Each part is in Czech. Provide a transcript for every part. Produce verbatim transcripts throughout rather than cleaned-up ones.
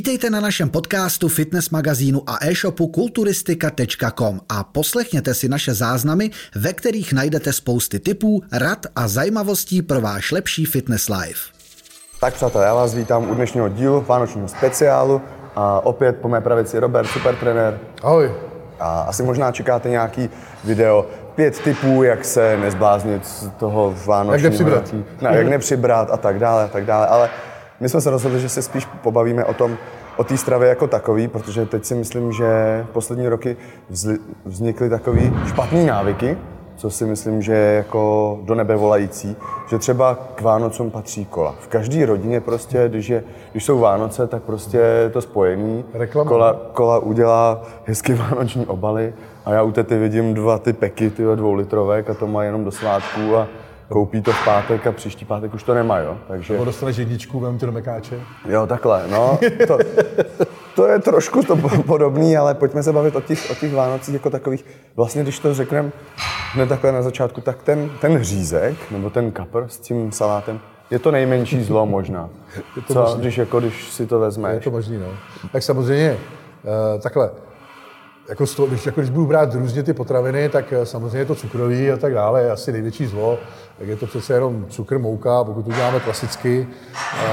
Vítejte na našem podcastu, fitness magazínu a e-shopu kulturistika tečka com a poslechněte si naše záznamy, ve kterých najdete spousty tipů, rad a zajímavostí pro váš lepší fitness life. Tak přátelé, já vás vítám u dnešního dílu vánočního speciálu a opět po mé pravici Robert, supertrenér. Ahoj. A asi možná čekáte nějaký video, pět tipů, jak se nezbláznit z toho vánočního. Jak nepřibrat. Ne, jak nepřibrat a tak dále, a tak dále, ale my jsme se rozhodli, že se spíš pobavíme o tom, o té stravě jako takový, protože teď si myslím, že poslední roky vznikly takový špatný návyky, co si myslím, že je jako do nebe volající, že třeba k Vánocům patří kola. V každé rodině prostě, když, je, když jsou Vánoce, tak prostě je to spojený. Reklama. Kola, kola udělá hezky vánoční obaly a já u tety vidím dva ty peky, ty dvoulitrovek a to má jenom do svátků a koupí to v pátek a příští pátek už to nemá, jo. Takže... Nebo dostaneš jedničku, vem tě do mekáče. Jo, takhle, no. To, to je trošku to podobný, ale pojďme se bavit o těch, o těch Vánocích jako takových. Vlastně, když to řekneme hned takhle na začátku, tak ten, ten řízek, nebo ten kapr s tím salátem, je to nejmenší zlo možná. Je to Co, možný. když, jako, když si to vezmeš. Je to možný, no. Tak samozřejmě, uh, takhle, jako, sto, když, jako když budu brát různě ty potraviny, tak samozřejmě to cukroví a tak dále je asi největší zlo. Tak je to přece jenom cukr, mouka, pokud to děláme klasicky. Uh,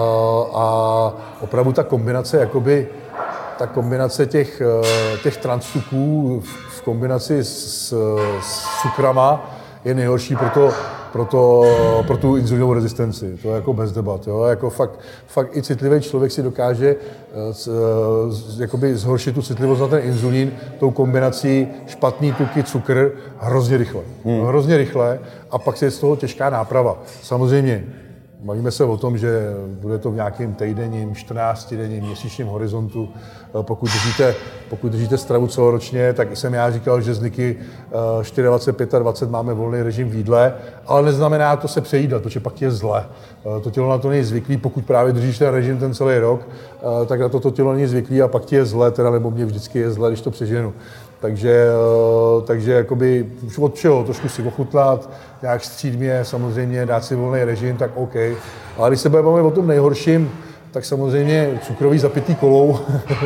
a opravdu ta kombinace, jakoby, ta kombinace těch, těch transtuků v, v kombinaci s, s cukrama je nejhorší pro, to, pro, to, pro tu inzulinovou rezistenci. To je jako bez debat. Jo? Jako fakt, fakt i citlivý člověk si dokáže z, z, jakoby zhoršit tu citlivost na ten inzulín tou kombinací špatný tuky, cukr hrozně rychle. Hmm. Hrozně rychle a pak je z toho těžká náprava. Samozřejmě bavíme se o tom, že bude to v nějakém týdenním, čtrnáctidenním, měsíčním horizontu. Pokud držíte, pokud držíte stravu celoročně, tak jsem já říkal, že z Niky dvacet čtyři, dvacet pět máme volný režim v jídle, ale neznamená to se přejídat, protože pak je zle. To tělo na to není zvyklý, pokud právě držíš ten režim ten celý rok, tak na to to tělo není zvyklý a pak ti je zle, teda nebo mě vždycky je zle, když to přeženu. Takže, takže jakoby od čeho, trošku si ochutnat, nějak střídmě, samozřejmě dát si volný režim, tak OK. Ale když se budeme o tom nejhorším, tak samozřejmě cukrový zapitý kolou,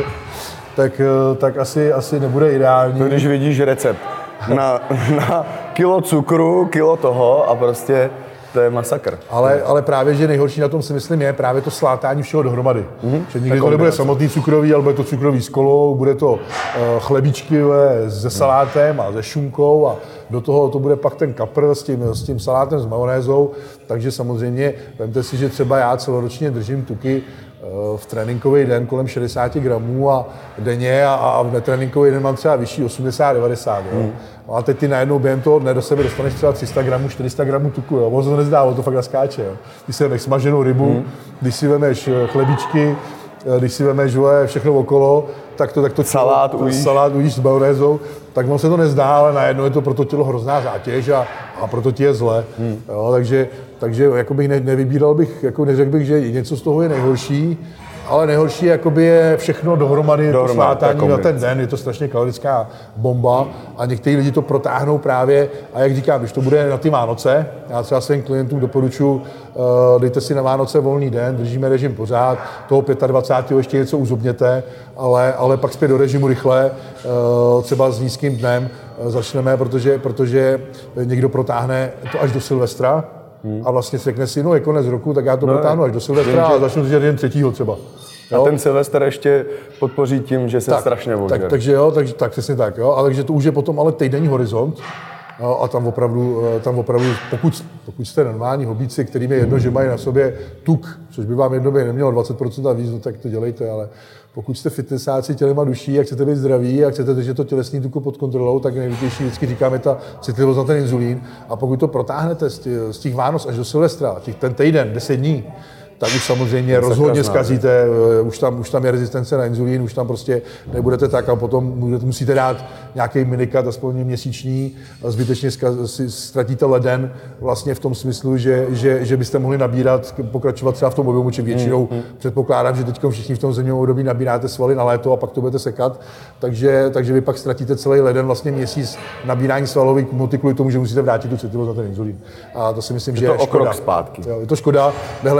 tak, tak asi, asi nebude ideální. To když vidíš recept na, na kilo cukru, kilo toho a prostě to je masakr. Ale, ale právě, že nejhorší na tom si myslím je právě to slátání všeho dohromady. Mm-hmm. Že nikdy to nebude samotný cukrový, ale bude to cukrový s kolou, bude to uh, chlebíčky se salátem a se šunkou a do toho to bude pak ten kapr s tím, s tím salátem s majonézou. Takže samozřejmě, vemte si, že třeba já celoročně držím tuky uh, v tréninkový den kolem šedesát gramů a denně a, a v netréninkový den mám třeba vyšší osmdesát devadesát. Mm. A teď ty najednou během toho dne do sebe dostaneš třeba tři sta gramů, čtyři sta gramů tuku, jo. On se to nezdá, on to fakt naskáče, jo. Když si vemeš smaženou rybu, mm. když si vemeš chlebíčky, když si vemeš všechno okolo, tak to, tak to salát ujíš. salát ujíš s majonézou, tak on se to nezdá, ale najednou je to pro to tělo hrozná zátěž a, a proto ti je zle. Mm. Jo, takže takže jako bych ne, nevybíral bych, jako neřekl bych, že něco z toho je nejhorší, ale nejhorší jakoby je všechno dohromady, dohromady to slátání na ten den, je to strašně kalorická bomba a někteří lidi to protáhnou právě a jak říkám, když to bude na ty Vánoce, já třeba svým klientům doporučuji, uh, dejte si na Vánoce volný den, držíme režim pořád, toho dvacátého pátého ještě něco uzubněte, ale, ale pak zpět do režimu rychle, uh, třeba s nízkým dnem uh, začneme, protože, protože někdo protáhne to až do Silvestra, Hmm. a vlastně řekne si, no je konec roku, tak já to no, protáhnu až do Silvestra a začnu držet jen třetího třeba. Jo? A ten Silvestr ještě podpoří tím, že se tak, strašně vožer. Tak, takže jo, tak, tak přesně tak, jo, ale takže to už je potom ale týdenní horizont jo, a tam opravdu, tam opravdu pokud, pokud jste normální hobíci, kterým je jedno, že mají na sobě tuk, což by vám jedno by nemělo dvacet procent a víc, no, tak to dělejte, ale pokud jste fitnessáci tělem a duší a chcete být zdraví a chcete držet to tělesný tuku pod kontrolou, tak nejvítější vždycky říkáme ta citlivost na ten inzulín. A pokud to protáhnete z těch Vánoc až do Silvestra, těch, ten týden, deset dní, tak už samozřejmě rozhodně zkazíte, už tam, už tam je rezistence na inzulín, už tam prostě nebudete tak a potom musíte dát nějaký minikat, aspoň měsíční, a zbytečně si ztratíte leden vlastně v tom smyslu, že, že, že byste mohli nabírat, pokračovat třeba v tom objemu, či většinou mm, mm. předpokládám, že teď všichni v tom zimním období nabíráte svaly na léto a pak to budete sekat, takže, takže vy pak ztratíte celý leden, vlastně měsíc nabírání svalových hmoty kvůli tomu, že musíte vrátit tu citlivost na ten inzulín. A to si myslím, je že to je o škoda. krok zpátky. Jo, je to škoda, nehledě na to, že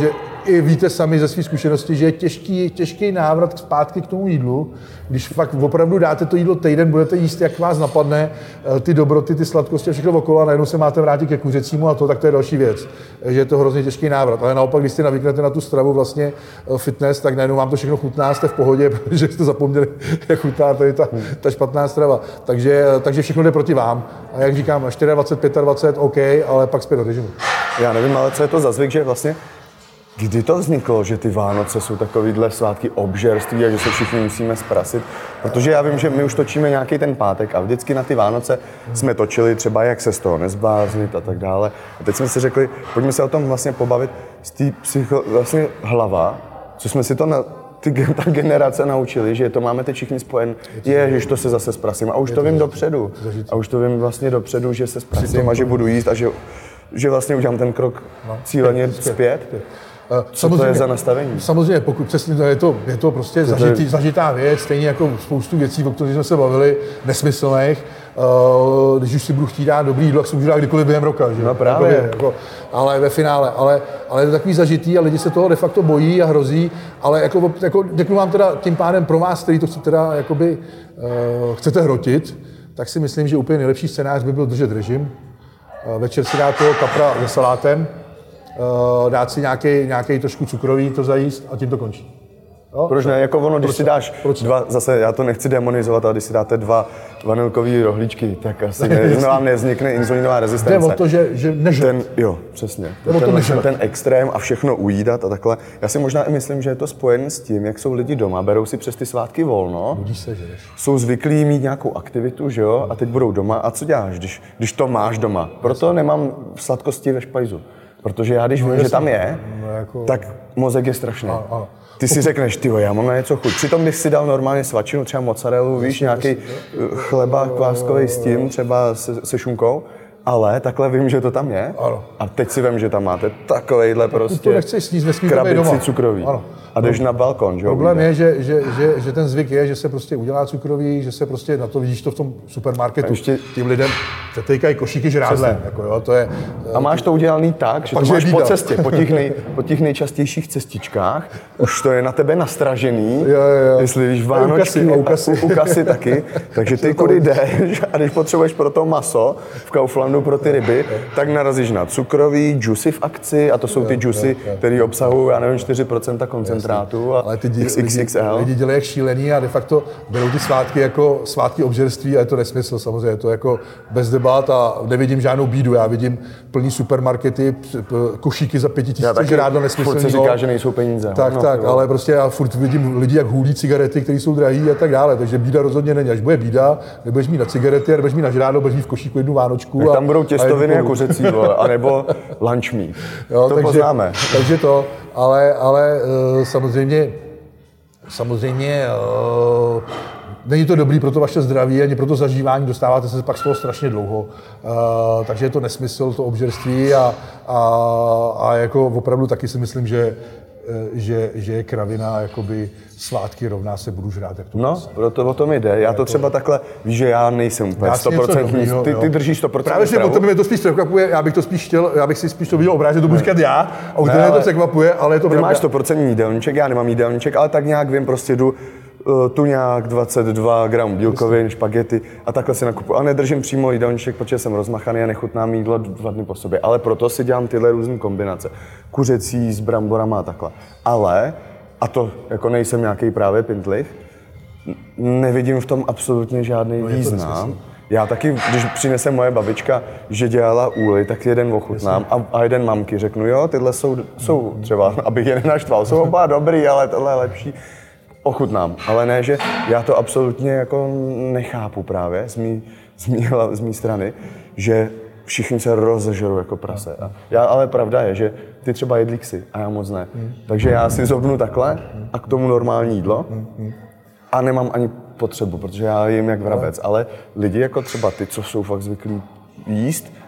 že i víte sami ze své zkušenosti, že je těžký, těžký návrat zpátky k tomu jídlu. Když fakt opravdu dáte to jídlo týden, budete jíst, jak vás napadne, ty dobroty, ty sladkosti a všechno okolo a najednou se máte vrátit ke kuřecímu a to, tak to je další věc. Že je to hrozně těžký návrat. Ale naopak, když si navyknete na tu stravu vlastně fitness, tak najednou vám to všechno chutná, jste v pohodě, protože jste zapomněli, jak chutná tady ta, ta špatná strava. Takže, takže všechno jde proti vám. A jak říkám, dvacet čtyři, dvacet pět, OK, ale pak zpět do režimu. Já nevím, ale co je to za zvyk, že vlastně kdy to vzniklo, že ty Vánoce jsou takovýhle svátky obžerství a že se všichni musíme zprasit? Protože já vím, že my už točíme nějaký ten pátek a vždycky na ty Vánoce jsme točili třeba, jak se z toho nezbláznit a tak dále. A teď jsme si řekli, pojďme se o tom vlastně pobavit z té psycho, vlastně hlava, co jsme si to na ty, ta generace naučili, že to máme teď všichni spojen, ježiš, to se zase zprasím a už to vím dopředu. A už to vím vlastně dopředu, že se zprasím a že budu jíst a že, že vlastně udělám ten krok cíleně zpět. Co to je za nastavení? Samozřejmě, pokud přesně je to, je to prostě zažitý, zažitá věc, stejně jako spoustu věcí, o kterých jsme se bavili, nesmyslných. Uh, když už si budu chtít dát dobrý jídlo, tak si můžu dát kdykoliv během roka. Že? No právě. Jako, jako, ale ve finále, ale, ale je to takový zažitý a lidi se toho de facto bojí a hrozí, ale jako, jako děkuji vám teda tím pádem pro vás, který to chce teda, jakoby, uh, chcete hrotit, tak si myslím, že úplně nejlepší scénář by byl držet režim. Uh, večer si dát toho kapra se salátem, Uh, dát si nějaký trošku cukrový, to zajíst a tím to končí. Jo? Proč ne? Jako ono, když Proč si dáš Proč dva, zase já to nechci demonizovat, ale když si dáte dva vanilkový rohlíčky, tak asi ne, vám nevznikne inzulinová rezistence. Jde o to, že, že nežrat. Ten, jo, přesně. Ten, ten, ten extrém a všechno ujídat a takhle. Já si možná i myslím, že je to spojené s tím, jak jsou lidi doma, berou si přes ty svátky volno, Budíš se, že jsou zvyklí mít nějakou aktivitu, že jo, a teď budou doma. A co děláš, když, když to máš doma? Proto nemám sladkosti ve špajzu. Protože já, když no, vím, jasný. že tam je, no, jako... tak mozek je strašný. A, a. Ty si řekneš, tyjo, já mám na něco chuť. Přitom bych si dal normálně svačinu, třeba mozzarellu, víš, nějaký chleba kváskový s tím, třeba se, se šunkou. Ale takhle vím, že to tam je. Ano. A teď si vím, že tam máte takovejhle prostě krabici cukrový. Ano. A jdeš no. na balkon, že jo? Problém je, že, že, že, že ten zvyk je, že se prostě udělá cukrový, že se prostě na to vidíš to v tom supermarketu. Ještě... Tím lidem přetejkají košíky žrádlem. Jako, jo, to je, a máš to udělaný tak, že to máš po cestě, po těch, nej, po těch nejčastějších cestičkách, už to je na tebe nastražený, jo, jo. jestli víš vánočky, u kasy, u kasy taky, takže ty kudy jdeš a když potřebuješ pro to maso v Kauflandu pro ty ryby, tak narazíš na cukrový, juicy v akci a to jsou ty juicy, které obsahují, já nevím, čtyři procenta koncentrátu a ale ty dí, X X X L. Lidi, lidi dělají jak šílený a de facto berou ty svátky jako svátky obžerství a je to nesmysl samozřejmě, je to jako bez debat a nevidím žádnou bídu, já vidím plný supermarkety, košíky za pěti tisíc žrádlo nesmyslného. Furt se říká, že nejsou peníze. Tak, no, tak, jo. Ale prostě já furt vidím lidi, jak hůlí cigarety, které jsou drahý a tak dále, takže bída rozhodně není. Až bude bída, nebudeš mít na cigarety, nebudeš mít na žrádlo, budeš mít v košíku jednu vánočku. A tam budou těstoviny a kuřecí, anebo lunch meat. Jo, to takže, poznáme. Takže to, ale, ale uh, samozřejmě, samozřejmě uh, není to dobrý pro to vaše zdraví, ani pro to zažívání, dostáváte se pak z toho strašně dlouho. Uh, takže je to nesmysl, to obžerství a, a, a jako opravdu taky si myslím, že Že, že je kravina, jakoby svátky rovná se budu žrát, jak to No, prostě. proto o tom jde. Já to třeba takhle, víš, že já nejsem úplně sto procent, ty, ty držíš sto procent Právě si o tom mě to spíš překvapuje, já bych to spíš chtěl, já bych si spíš to viděl obrážet, to budu říkat já, a už ne, to překvapuje, ale je to ty pravda. Máš sto procent jídelníček, já nemám jídelníček, ale tak nějak vím, prostě jdu uh, tuňák, dvacet dva gramů bílkovin, špagety a takhle si nakupuji. A nedržím přímo jídelníček, protože jsem rozmachaný a nechutnám jídlo dva dny po sobě. Ale proto si dělám tyhle různé kombinace. Kuřecí s bramborama a takhle. Ale, a to jako nejsem nějaký právě pintlich, nevidím v tom absolutně žádný no, význam. Já taky, když přinese moje babička, že dělala úly, tak jeden ochutnám a, a jeden mamky řeknu, jo, tyhle jsou, jsou třeba, abych je nenaštval, jsou oba dobrý, ale tohle je lepší. Ochutnám, ale ne, že já to absolutně jako nechápu právě z mý, z mý, z mý strany, že všichni se rozežerou jako prase. A já, ale pravda je, že ty třeba jedlí ksy a já moc ne. Takže já si zobnu takhle a k tomu normální jídlo a nemám ani potřebu, protože já jim jak vrabec. Ale lidi jako třeba ty, co jsou fakt zvyklí jíst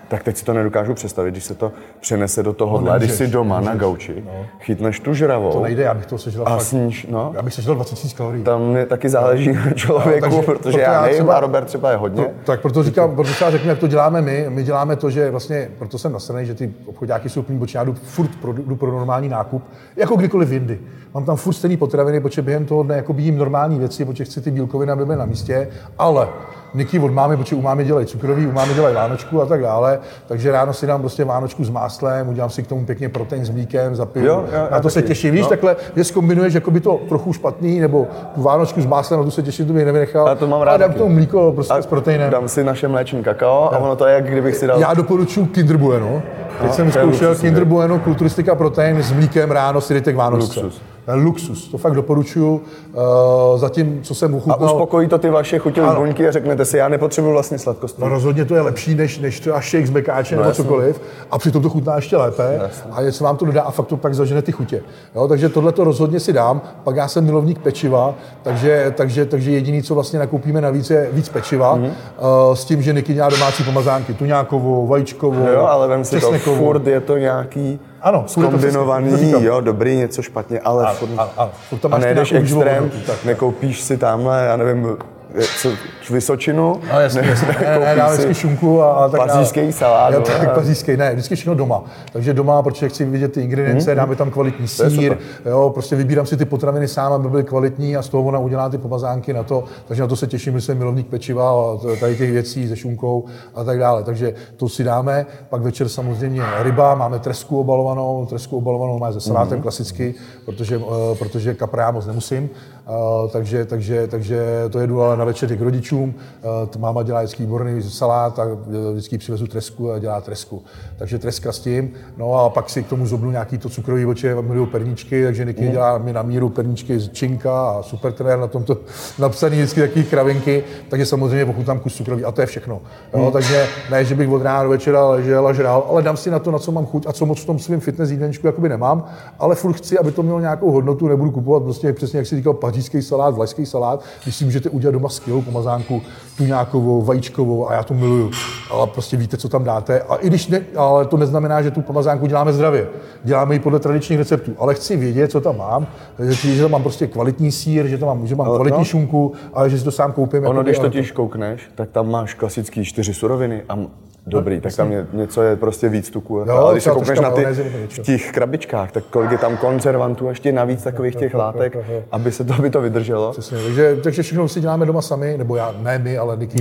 tak teď si to nedokážu představit, když se to přenese do tohohle, no, když si doma nemůžeš. Na gauči, no. Chytneš tu žravou. To nejde, já bych to sežral a fakt. Sníž, no. Já bych sežral dvacet tisíc kalorií. Tam mě taky záleží na člověku, no, takže, protože já nevím, třeba, a Robert třeba je hodně. To, tak proto říkám, proto třeba řeknu, jak to děláme my. My děláme to, že vlastně, proto jsem nasranej, že ty obchodáky jsou plný, protože já jdu furt pro, jdu pro normální nákup, jako kdykoliv jindy. Mám tam furt stejný potraviny, protože během toho dne jako jím normální věci, protože chci ty bílkoviny, aby byly na místě, ale Niky od mámy, protože u mámy dělají cukroví, u mámy dělají vánočku a tak dále, takže ráno si dám prostě vánočku s máslem, udělám si k tomu pěkně protein s mlíkem, zapiju. Jo, jo, na to se těším, víš, no. Takhle, že zkombinuješ jako by to trochu špatný, nebo tu vánočku s máslem, na to se těším, to bych nevynechal. A to mám rád. A dám k tomu mlíko prostě a s proteinem. Dám si naše mléčný kakao a ono to je, jak kdybych si dal. Já doporučuji Kinder Bueno. Teď no, jsem zkoušel Kinder Bueno, kulturistika protein s mlíkem ráno si dejte k Vánočce. Luxus. Luxus, to fakt doporučuju. Uh, zatím, co jsem uchutnal... A uspokojí to ty vaše chutivé buňky a řeknete si, já nepotřebuji vlastně sladkost. No rozhodně to je lepší, než, než to až shake z mekáče no, nebo jasný. Cokoliv. A přitom to chutná ještě lépe. Jasný. A něco vám to dodá a fakt to pak zažene ty chutě. Jo, takže tohle to rozhodně si dám. Pak já jsem milovník pečiva, takže, takže, takže jediný, co vlastně nakoupíme navíc, je víc pečiva. Mm-hmm. Uh, s tím, že Niky dělá domácí pomazánky. Tuňákovou, vajíčkovou, jo, ale vem si to, furt je to nějaký... Ano, kombinovaný, jo, dobrý, něco špatně, ale ano, furt... Ano, ano. A nejdeš extrém, nekoupíš si tamhle, já nevím, co, Vysočinu, no, jasně, ne, jasně. ne, ne, dáme vždycky šunku a, a tak dále. Pařížský salát. Jo, tak pařížský, ne, vždycky všechno doma. Takže doma, protože chci vidět ty ingredience, mm. dáme tam kvalitní sýr, jo, prostě vybírám si ty potraviny sám, aby byly kvalitní a z toho ona udělá ty pomazánky na to, takže na to se těším, že jsem milovník pečiva a tady těch věcí se šunkou a tak dále. Takže to si dáme, pak večer samozřejmě ryba, máme tresku obalovanou, tresku obalovanou máme se salátem mm. klasicky, protože, uh, protože kapra já moc nemusím, uh, takže, takže, takže to jedu ale na večer k rodičům. Uh, máma dělá vždycky výborný salát a vždycky přivezu tresku a dělá tresku. Takže treska s tím. No a pak si k tomu zobnu nějaký to cukrový oče, miluju perníčky, takže Niky mm. dělá mi na míru perníčky z činka a supertrénér na tomto napsaný vždycky takový kravinky, takže samozřejmě pochutám kus cukrový a to je všechno. Jo, mm. Takže ne, že bych od rána do večera ležel a žral, ale dám si na to, na co mám chuť a co moc v tom svým fitness jídelníčku jakoby nemám, ale furt chci, aby to mělo nějakou hodnotu, nebudu kupovat prostě přesně, jak si říkal, pařížský salát, vlašský salát, když si můžete udělat doma skvělou pomazánku, tuňákovou, vajíčkovou a já to miluju. Ale prostě víte, co tam dáte. A i když ne, ale to neznamená, že tu pomazánku děláme zdravě. Děláme ji podle tradičních receptů, ale chci vědět, co tam mám, že tam mám prostě kvalitní sýr, že tam mám, že mám ale kvalitní no. šunku, ale že si to sám koupím. Ono, když totiž koukneš, tak tam máš klasický čtyři suroviny a dobrý, no, tak tam je, něco je prostě víc tuku. Jo, ale když se koukneš na ty v těch krabičkách, tak kolik je tam konzervantů, ještě navíc takových těch látek, aby se to, aby to vydrželo. Přesně, takže, takže všechno si děláme doma sami, nebo já, ne my, ale Niky.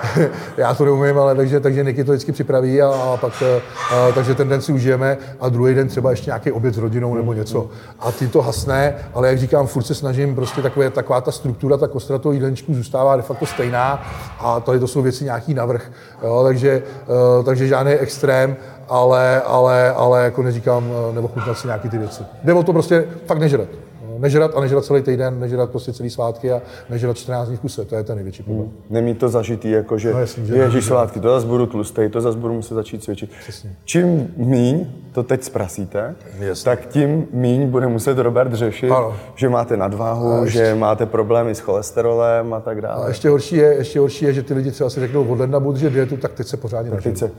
Já to neumím, ale takže, takže Niky to vždycky připraví a, a pak, a, takže ten den si užijeme a druhý den třeba ještě nějaký oběd s rodinou nebo něco. A ty to hasne, ale jak říkám, furt se snažím, prostě takové, taková ta struktura, ta kostra toho jídelníčku zůstává de facto stejná a tady to jsou věci nějaký navrch. Jo, takže Uh, takže žádný extrém, ale, ale, ale jako neříkám, nebo chutnat si nějaký ty věci. Jde o to prostě fakt nežrat. Nežrat a nežrat celý týden, nežrat prostě celý svátky a nežrat čtrnáct dní v kuse, to je ten největší problém. Hmm. Nemít to zažitý, jako že, no, jasný, že ježíš svátky, to zase budu tlustej, to zase budu muset začít cvičit. Přesně. Čím míň to teď zprasíte, yes. tak tím míň bude muset Robert řešit, ano. že máte nadváhu, ještě... že máte problémy s cholesterolem a tak dále. A ještě horší je, ještě horší je, že ty lidi třeba si řeknou od ledna budu držet dietu, tak teď se pořádně nažiju.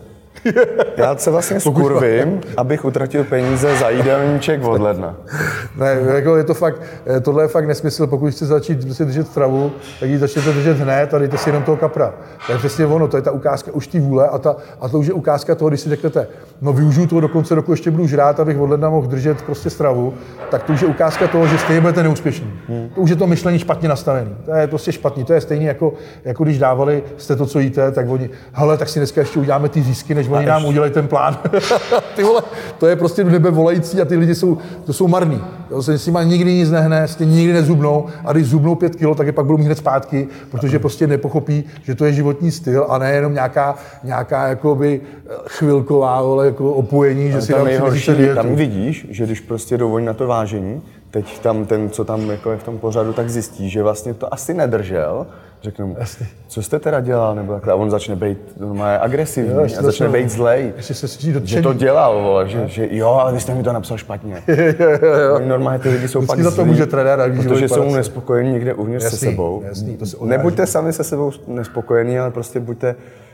Já se vlastně skurvím, abych utratil peníze za jídelníček od ledna. Ne, jako je to fakt, tohle je fakt nesmysl, pokud chcete začít si držet stravu, tak ji začnete držet hned a dejte si jenom toho kapra. To je přesně ono, to je ta ukázka už té vůle a, ta, a to už je ukázka toho, když si řeknete, no využiju toho do konce roku, ještě budu žrát, abych od ledna mohl držet prostě stravu, tak to už je ukázka toho, že stejně budete neúspěšní. Hmm. To už je to myšlení špatně nastavený. To je prostě špatný, to je stejně jako, jako když dávali jste to, co jíte, tak oni, hele, tak si dneska ještě uděláme ty zisky, než oni nám udělají ten plán. Ty vole, to je prostě do nebe volající a ty lidi jsou, to jsou marní. Jo, se s nimi nikdy nic nehne, s tím nikdy nezubnou a když zubnou pět kilo, tak je pak budou mít hned zpátky, protože prostě nepochopí, že to je životní styl a ne jenom nějaká, nějaká jakoby chvilková vole, jako opojení, že si tam nejhorší, tam vidíš, že když prostě jdou na to vážení, teď tam ten, co tam jako je v tom pořadu, tak zjistí, že vlastně to asi nedržel. Řeknu mu, co jste teda dělal, nebo takhle, a on začne být normálně agresivní jo, a začne být zlej, že to dělal, vole, že, že jo, ale vy jste mi to napsal špatně. Oni normálně ty lidi jsou vždycky pak zlí, může trenér, protože jsou nespokojení někde uvnitř jasný, se sebou. Jasný, Nebuďte sami se sebou nespokojení, ale prostě buďte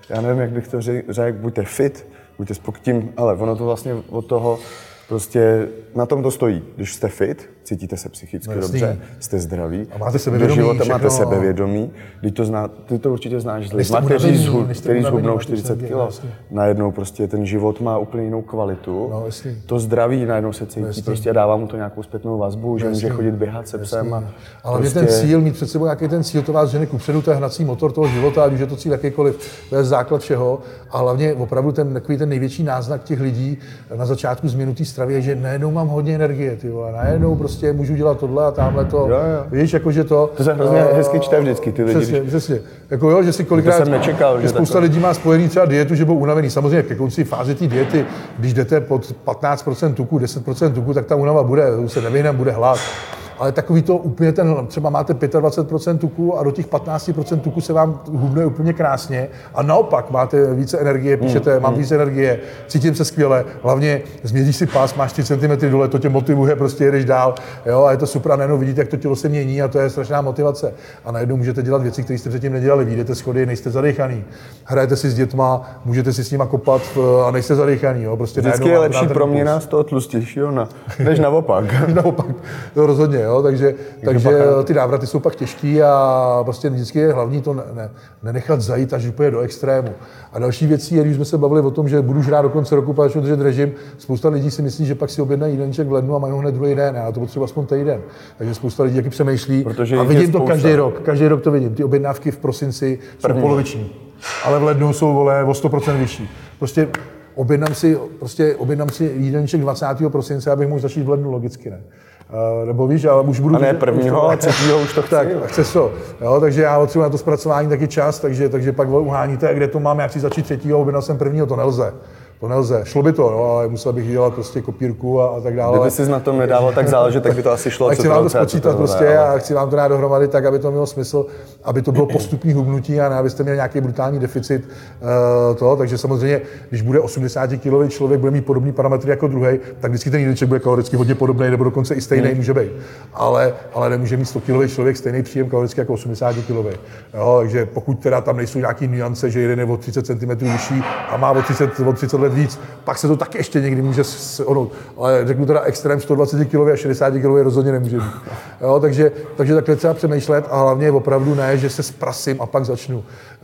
já nevím, jak bych to řekl, buďte fit, buďte spokojení, ale ono to vlastně od toho, prostě na tom to stojí. Když jste fit, cítíte se psychicky no, dobře, jste zdraví, a máte sebevědomí, do života všechno, máte sebevědomí, když to zná, ty to určitě znáš, kteří zhub, zhubnou čtyřicet kilo, najednou prostě ten život má úplně jinou kvalitu, no, to zdraví najednou se cítí, no, prostě a dává mu to nějakou zpětnou vazbu, no, že může chodit běhat se psem. A ale prostě... ten cíl, mít před sebou nějaký ten cíl, to vás žene kupředu, to je hnací motor toho života, a když je to cíl jakýkoliv, to je základ všeho, a hlavně opravdu ten, takový ten největší náznak těch lidí na začátku změnu té stravy je, že najednou mám hodně energie, ty vole, najednou prostě můžu dělat tohle a tamhle to. Jo, jo. Víš, jakože to... To se hrozně uh, hezky čte vždycky, ty lidi. Přesně, přesně. Jako jo, že si kolikrát... To jsem nečekal, že spousta takhle. lidí má spojený třeba dietu, že budou unavený. Samozřejmě ke konci fáze té diety, když jdete pod patnáct procent tuku, deset procent tuku, tak ta únava bude, se nevyhneme, bude hlad. Ale takový to úplně ten, třeba máte dvacet pět procent tuku a do těch patnáct procent tuku se vám hubne úplně krásně a naopak máte více energie, píšete, mm, mám mm. více energie, cítím se skvěle, hlavně změříš si pás, máš tři centimetry dole, to tě motivuje, prostě jedeš dál, jo, a je to super a najednou vidíte, jak to tělo se mění a to je strašná motivace. A najednou můžete dělat věci, které jste předtím nedělali, vyjdete schody, nejste zadechaný, hrajete si s dětma, můžete si s nima kopat a nejste zadechaný, jo, prostě vždycky je lepší proměna z toho tlustějšího na, než naopak. naopak, to rozhodně. Jo, takže, takže ty návraty jsou pak těžký a prostě vždycky je hlavní to ne, ne, nenechat zajít až úplně do extrému. A další věcí je, když jsme se bavili o tom, že budu žrát do konce roku, protože držet režim, spousta lidí si myslí, že pak si objednají jídelníček v lednu a mají ho hned druhý den, a to potřeba aspoň týden. Takže spousta lidí taky přemýšlí. Protože a vidím to každý rok, každý rok to vidím. Ty objednávky v prosinci jsou První. poloviční, ale v lednu jsou vole o sto procent vyšší. Prostě objednám si, prostě objednám si jídelníček dvacátého prosince, abych mohl začít v lednu, logicky ne. Uh, nebo víš, ale už budu... A ne prvního a třetího už to chci. Tak, chceš to. Jo, takže já potřebuji na to zpracování taky čas, takže, takže pak uháníte, kde to mám, já chci začít třetího, objednal jsem prvního, to nelze. To nelze. Šlo by to, jo, ale musel bych dělat prostě kopírku a, a tak dále. Kdyby jsi na tom nedával tak záležet, tak by to asi šlo. Tak chci vám to spočítat prostě a chci vám to dát dohromady tak, aby to mělo smysl, aby to bylo postupný hubnutí a ne abyste měli nějaký brutální deficit uh, toho. Takže samozřejmě, když bude osmdesátikilový člověk, bude mít podobný parametry jako druhý, tak vždycky ten jídelníček bude kaloricky hodně podobný nebo dokonce i stejný hmm. může být. Ale, ale nemůže mít stokilový člověk stejný příjem kaloricky jako osmdesátikilový. Jo, takže pokud teda tam nejsou nějaký nuance, že jeden je o třicet centimetrů vyšší a má o třicet, o třicet let víc, pak se to taky ještě někdy může ono, ale řeknu teda extrém sto dvacet kilový a šedesát kilový rozhodně nemůže být. Jo, takže, takže takhle třeba přemýšlet a hlavně opravdu ne, že se zprasím a pak začnu.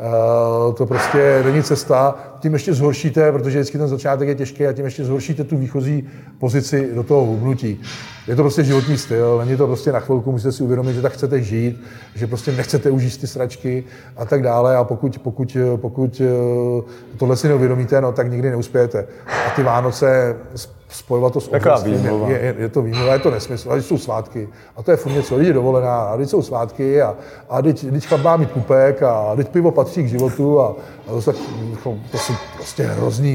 Uh, to prostě není cesta, tím ještě zhoršíte, protože vždycky ten začátek je těžký a tím ještě zhoršíte tu výchozí pozici do toho hubnutí. Je to prostě životní styl, není to prostě na chvilku, musíte si uvědomit, že tak chcete žít, že prostě nechcete užít ty sračky a tak dále a pokud, pokud, pokud tohle si neuvědomíte, no, tak nikdy neuspějete. A ty Vánoce spojovat to s obřastem, je, je, je to výmluva, je to nesmysl, a když jsou svátky a to je furt něco, lidi dovolená, a když jsou svátky a, a teď, teď chlap má mít pupek a teď pivo patří k životu a, a to, to, to jsou prostě hrozný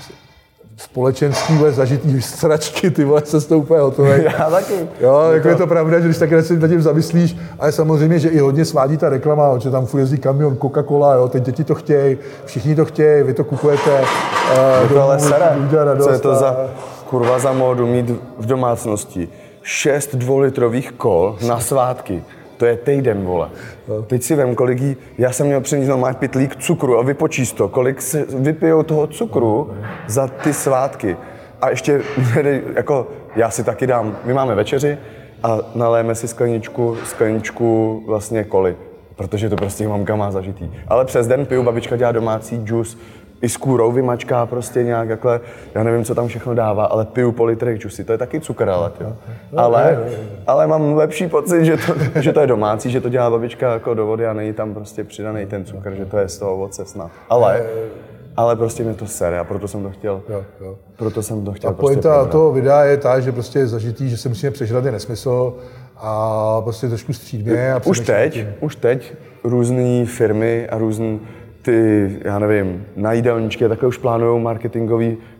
společenský vole, zažitý sračky, ty vole, se s tou úplně hotovej. Já taky. Jo, jako je to pravda, že když taky se nad tím zamyslíš, ale samozřejmě, že i hodně svádí ta reklama, že tam furt jezdí kamion Coca-Cola, jo, teď děti to chtějí, všichni to chtějí, vy to kupujete. Uh, to ale sere, co je to za kurva za módu mít v domácnosti šest dvoulitrových kol na svátky. To je týden, vole. Teď si vem, kolik jí, já jsem měl přinést normálně pytlík cukru a vypočíst to, kolik se vypijou toho cukru za ty svátky. A ještě, jako, já si taky dám, my máme večeři a naléme si skleničku, skleničku vlastně koly, protože to prostě mamka má zažitý. Ale přes den piju, babička dělá domácí džus, i s kůrou vymačká prostě nějak takhle, já nevím, co tam všechno dává, ale piju po litrech džusy, to je taky cukr, ale, jo. ale, ale mám lepší pocit, že to, že to je domácí, že to dělá babička jako do vody a není tam prostě přidaný ten cukr, že to je z toho ovoce snad. Ale, ale prostě mě to sere a proto jsem to chtěl, jo, jo. proto jsem to chtěl a prostě pointa toho videa je ta, že prostě je zažitý, že se musíme přežrat, je nesmysl a prostě trošku střídmě. Už teď, už teď různé firmy a různý ty, já nevím, na jídelníčky takhle už plánujou marketingové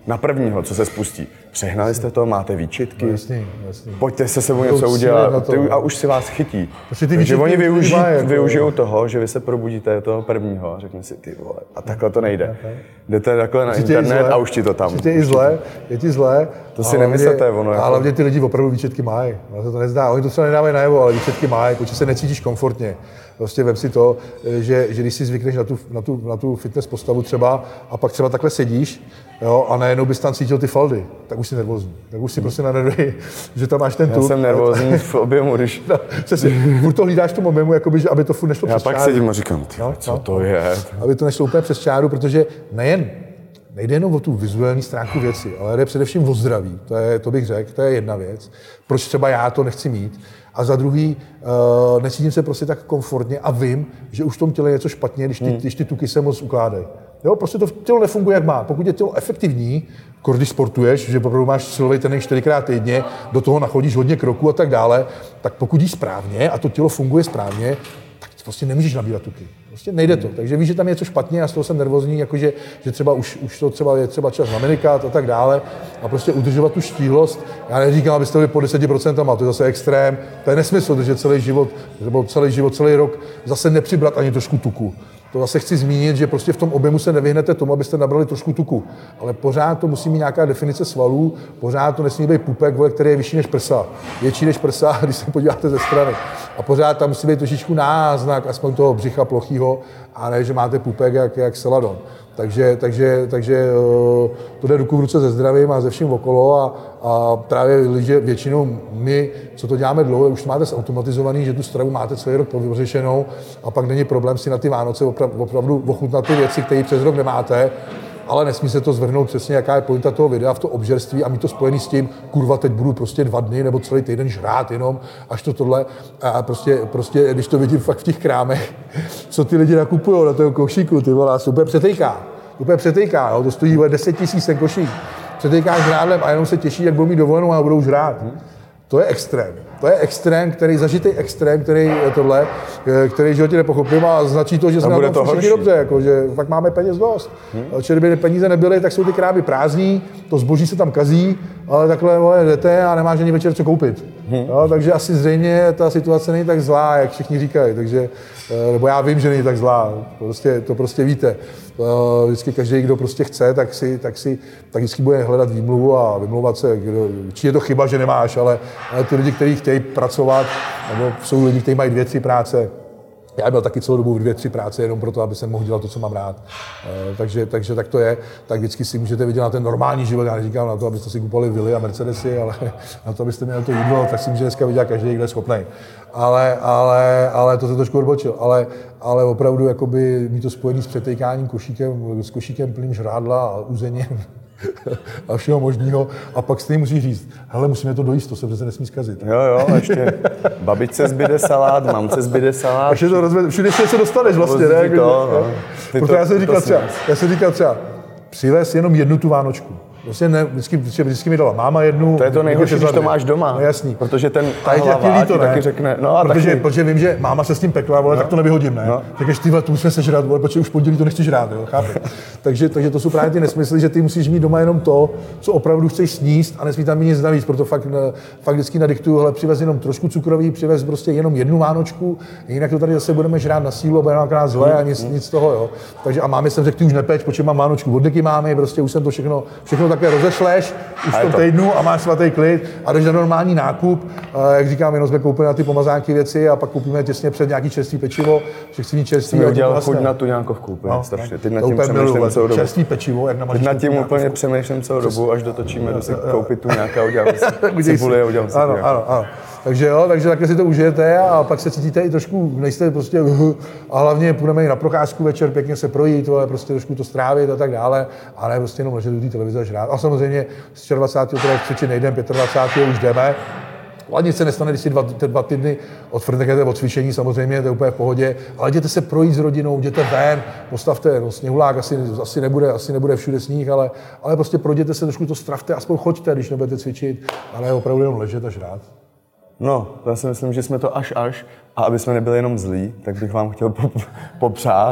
na prvního, co se spustí. Přehnali jste to, máte výčitky, no, jasný, jasný. Pojďte se sebou něco udělat ty, a už si vás chytí. Takže oni využij, jako, využijou toho, že vy se probudíte toho prvního a řekne si, ty vole, a takhle to nejde. Okay. Jdete takhle na internet a už ti to tam. Je ti zlé, je ti zlé. To si nemyslete, ono. Ale hlavně jako... ty lidi opravdu výčetky mají. No, to, to nezdá. Oni to třeba nedávají najevo, ale výčetky mají, protože se necítíš komfortně. Prostě vem si to, že, že když si zvykneš na tu, na, tu, na tu fitness postavu třeba a pak třeba takhle sedíš, jo, a najednou bys tam cítil ty faldy, tak už jsi nervózní. Tak už si prostě na nervy, že tam máš ten tuk. Já jsem nervózní v objemu, když... No, si, furt to hlídáš v tom objemu, jakoby, že aby to furt nešlo Já přes čáru. Já pak sedím a říkám, ty, no, co no, to je? Aby to nešlo úplně přes čáru, protože nejen nejde jenom o tu vizuální stránku věci, ale jde především o zdraví. To, je, to bych řekl, to je jedna věc. Proč třeba já to nechci mít. A za druhý, uh, necítím se prostě tak komfortně a vím, že už v tom těle je něco špatně, když ty, hmm. když ty tuky se moc ukládají. Jo, prostě to tělo nefunguje, jak má. Pokud je tělo efektivní, když sportuješ, že opravdu máš silový trénink čtyřikrát týdně, do toho nachodíš hodně kroků a tak dále, tak pokud jíš správně a to tělo funguje správně, tak prostě nemůžeš nabírat tuky. Prostě nejde to. Takže víš, že tam je něco špatně a z toho jsem nervózní, jakože, že třeba už, už to třeba je třeba čas na menikát a tak dále a prostě udržovat tu štíhlost. Já neříkám, abyste byli po deset procent, to je zase extrém. To je nesmysl, že celý život, nebo celý život, celý rok zase nepřibrat ani trošku tuku. To zase chci zmínit, že prostě v tom objemu se nevyhnete tomu, abyste nabrali trošku tuku. Ale pořád to musí mít nějaká definice svalů, pořád to nesmí být pupek, který je vyšší než prsa. Větší než prsa, když se podíváte ze strany. A pořád tam musí být trošičku náznak, aspoň toho břicha plochýho, a ne, že máte pupek jak, jak Celadon. Takže, takže, takže to jde ruku v ruce se zdravím a ze vším okolo a, a právě lidi, většinou my, co to děláme dlouho, už to máte zautomatizovaný, že tu stravu máte celý rok vyřešenou a pak není problém si na ty Vánoce opravdu, opravdu ochutnat ty věci, které přes rok nemáte, ale nesmí se to zvrhnout přesně, jaká je pointa toho videa v to obžerství a mít to spojený s tím, kurva, teď budu prostě dva dny nebo celý týden žrát jenom, až to tohle. A prostě, prostě když to vidím fakt v těch krámech, co ty lidi nakupují na toho košíku, ty vole, to úplně přetejká. To úplně přetejká, jo? To stojí deset tisíc ten košík. Přetejká žrádlem a jenom se těší, jak budou mít dovolenou a budou žrát. To je extrém. To je extrém, který zažitý extrém, který je tohle, který životě nepochopím a značí to, že jsme na tom všichni dobře, jako, že fakt máme peněz dost. Hmm. Či kdyby peníze nebyly, tak jsou ty krámy prázdní, to zboží se tam kazí, ale takhle vole, jdete a nemáš ani večer co koupit. Hmm. Jo, takže asi zřejmě ta situace není tak zlá, jak všichni říkají, takže, nebo já vím, že není tak zlá, prostě, to prostě víte. Vždycky každý, kdo prostě chce, tak si, tak si tak vždycky bude hledat výmluvu a vymlouvat se, kdo, či je to chyba, že nemáš, ale, ale ty lidi, kteří chtějí pracovat, nebo jsou lidi, kteří mají dvě, tři práce. Já byl taky celou dobu v dvě, tři práce jenom proto, aby jsem mohl dělat to, co mám rád. E, takže, takže tak to je. Tak vždycky si můžete vydělat ten normální život. Já neříkám na to, abyste si kupovali vily a Mercedesy, ale na to, abyste měli to jídlo, tak si může dneska vydělat každý, kdo je schopný. Ale, ale, ale to se trošku odbočil. Ale, ale opravdu jakoby mít to spojený s přetejkáním košíkem, s košíkem plným žrádla a uzením a všeho možného. A pak stejně musíš říct, hele, musíme to dojíst, to se přece nesmí zkazit. Jo, jo, ještě babičce zbyde salát, mamce zbyde salát. Ještě to rozvede, všude se dostaneš vlastně, ne? To, no. Proto já jsem říkal třeba, já jsem říkal třeba, přivez jenom jednu tu Vánočku. Vlastně ne, vždycky, vždycky mi dala máma jednu. To je to nejhorší, když to máš doma. No jasný. Protože ten hlava ti taky řekne, no a protože, taky... protože vím, že máma se s tím pekla, vole, no. Tak to nevyhodím, ne? No. Řekneš, ty vole, tu musíme sežrat, vole, protože už pondělí to nechci žrát, jo, chápu. takže, takže to jsou právě ty nesmysly, že ty musíš mít doma jenom to, co opravdu chceš sníst a nesmí tam mít nic navíc, proto fakt, fakt vždycky nadiktuju, hele, přivez jenom trošku cukrový, přivez prostě jenom jednu Vánočku, jinak to tady zase budeme žrát na sílu a bude nám krát zle a nic, nic z toho, jo. Takže a mámě jsem řekl, ty už nepeč, protože mám Vánočku, oddeky máme, prostě už jsem to všechno, všechno takhle rozešleš. Už v tom týdnu a máš svatý klid a jdeš na normální nákup. Jak říkám, jenom jsme koupili na ty pomazánky věci a pak koupíme těsně před nějaký čerstvý pečivo, že chci mít čerstvý. Jsem udělal chuť na tu nějakovku úplně no, strašně. Teď nad tím přemýšlím celou dobu. Čerstvý pečivo, jak Teď nad tím úplně přemýšlím celou dobu, až dotočíme, jdu si koupit tu nějaká, udělám si cibuli a udělám si ano, ano, ano. Takže jo, takže takhle si to užijete a pak se cítíte i trošku, nejste prostě a hlavně půjdeme i na procházku večer, pěkně se projít, ale prostě trošku to strávit a tak dále, a ne prostě jenom ležet do té televize a žrát. A samozřejmě z dvacátého čtvrtého cvičit nejdeme, dvacátého pátého už jdeme. Ale nic se nestane, když si dva, dva týdny odfrknete od cvičení, samozřejmě, to je úplně v pohodě, ale jděte se projít s rodinou, jděte ven, postavte, no, sněhulák asi, asi, nebude, asi nebude všude sníh, ale, ale prostě projděte se trošku to stravte, aspoň choďte, když nebudete cvičit, ale opravdu jenom ležet a žrát. No, já si myslím, že jsme to až až a aby jsme nebyli jenom zlí, tak bych vám chtěl popřát,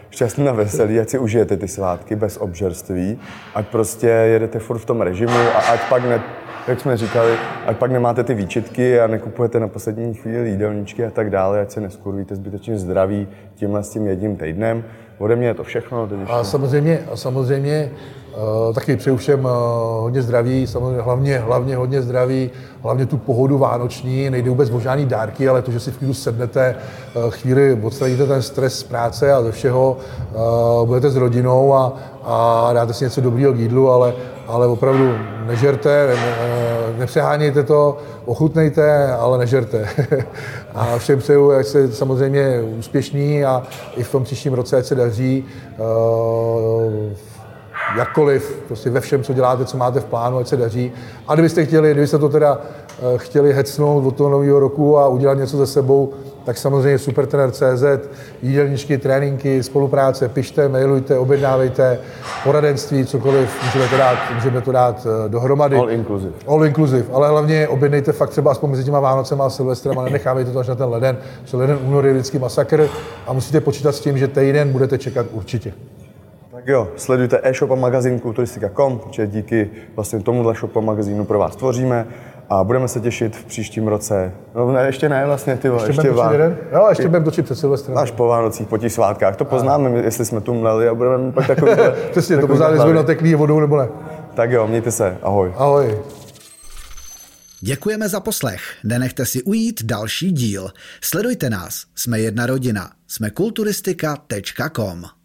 šťastný a veselý, ať si užijete ty svátky bez obžerství, ať prostě jedete furt v tom režimu a ať pak, ne, jak jsme říkali, ať pak nemáte ty výčitky a nekupujete na poslední chvíli jídelníčky a tak dále, ať se neskurvíte zbytečně zdraví tímhle s tím jedním týdnem. Ode mě je to všechno. A samozřejmě, a samozřejmě uh, taky přeju všem uh, hodně zdraví, samozřejmě hlavně, hlavně hodně zdraví, hlavně tu pohodu vánoční, nejde vůbec o žádný dárky, ale to, že si v klidu sednete, uh, chvíli odstraníte ten stres z práce a ze všeho, uh, budete s rodinou a, a dáte si něco dobrýho k jídlu, ale, ale opravdu nežerte, ne, nepřehánějte to, ochutnejte, ale nežerte. A všem přeju, ať se samozřejmě úspěšní a i v tom příštím roce, ať se daří uh, jakkoliv, prostě ve všem, co děláte, co máte v plánu, ať se daří. A kdybyste chtěli, kdybyste to teda uh, chtěli hecnout od toho nového roku a udělat něco se sebou, tak samozřejmě supertrener tečka cé zet, jídelníčky, tréninky, spolupráce, pište, mailujte, objednávejte, poradenství, cokoliv, můžeme to dát, můžeme to dát dohromady. All inclusive. All inclusive, ale hlavně objednejte fakt třeba aspoň mezi těma Vánocema a Silvestrem a nenechávejte to až na ten leden, že leden, únor je vždycky masakr a musíte počítat s tím, že týden budete čekat určitě. Tak jo, sledujte e-shop a magazín kulturistika tečka com, protože díky vlastně tomuhle shopu a magazínu pro vás tvoříme a budeme se těšit v příštím roce. No ne, ještě ne vlastně, ty vole, ještě, ještě vám. Jeden? Jo, ještě budeme točit před Silvestrem. Až po Vánocích, po těch svátkách, to poznáme, a. jestli jsme tu mleli a budeme mít pak takový... Přesně, to poznáme, jestli nateklý vodou nebo ne. Tak jo, mějte se, ahoj. Ahoj. Děkujeme za poslech. Nenechte si ujít další díl. Sledujte nás. Jsme jedna rodina. Jsme kulturistika tečka com.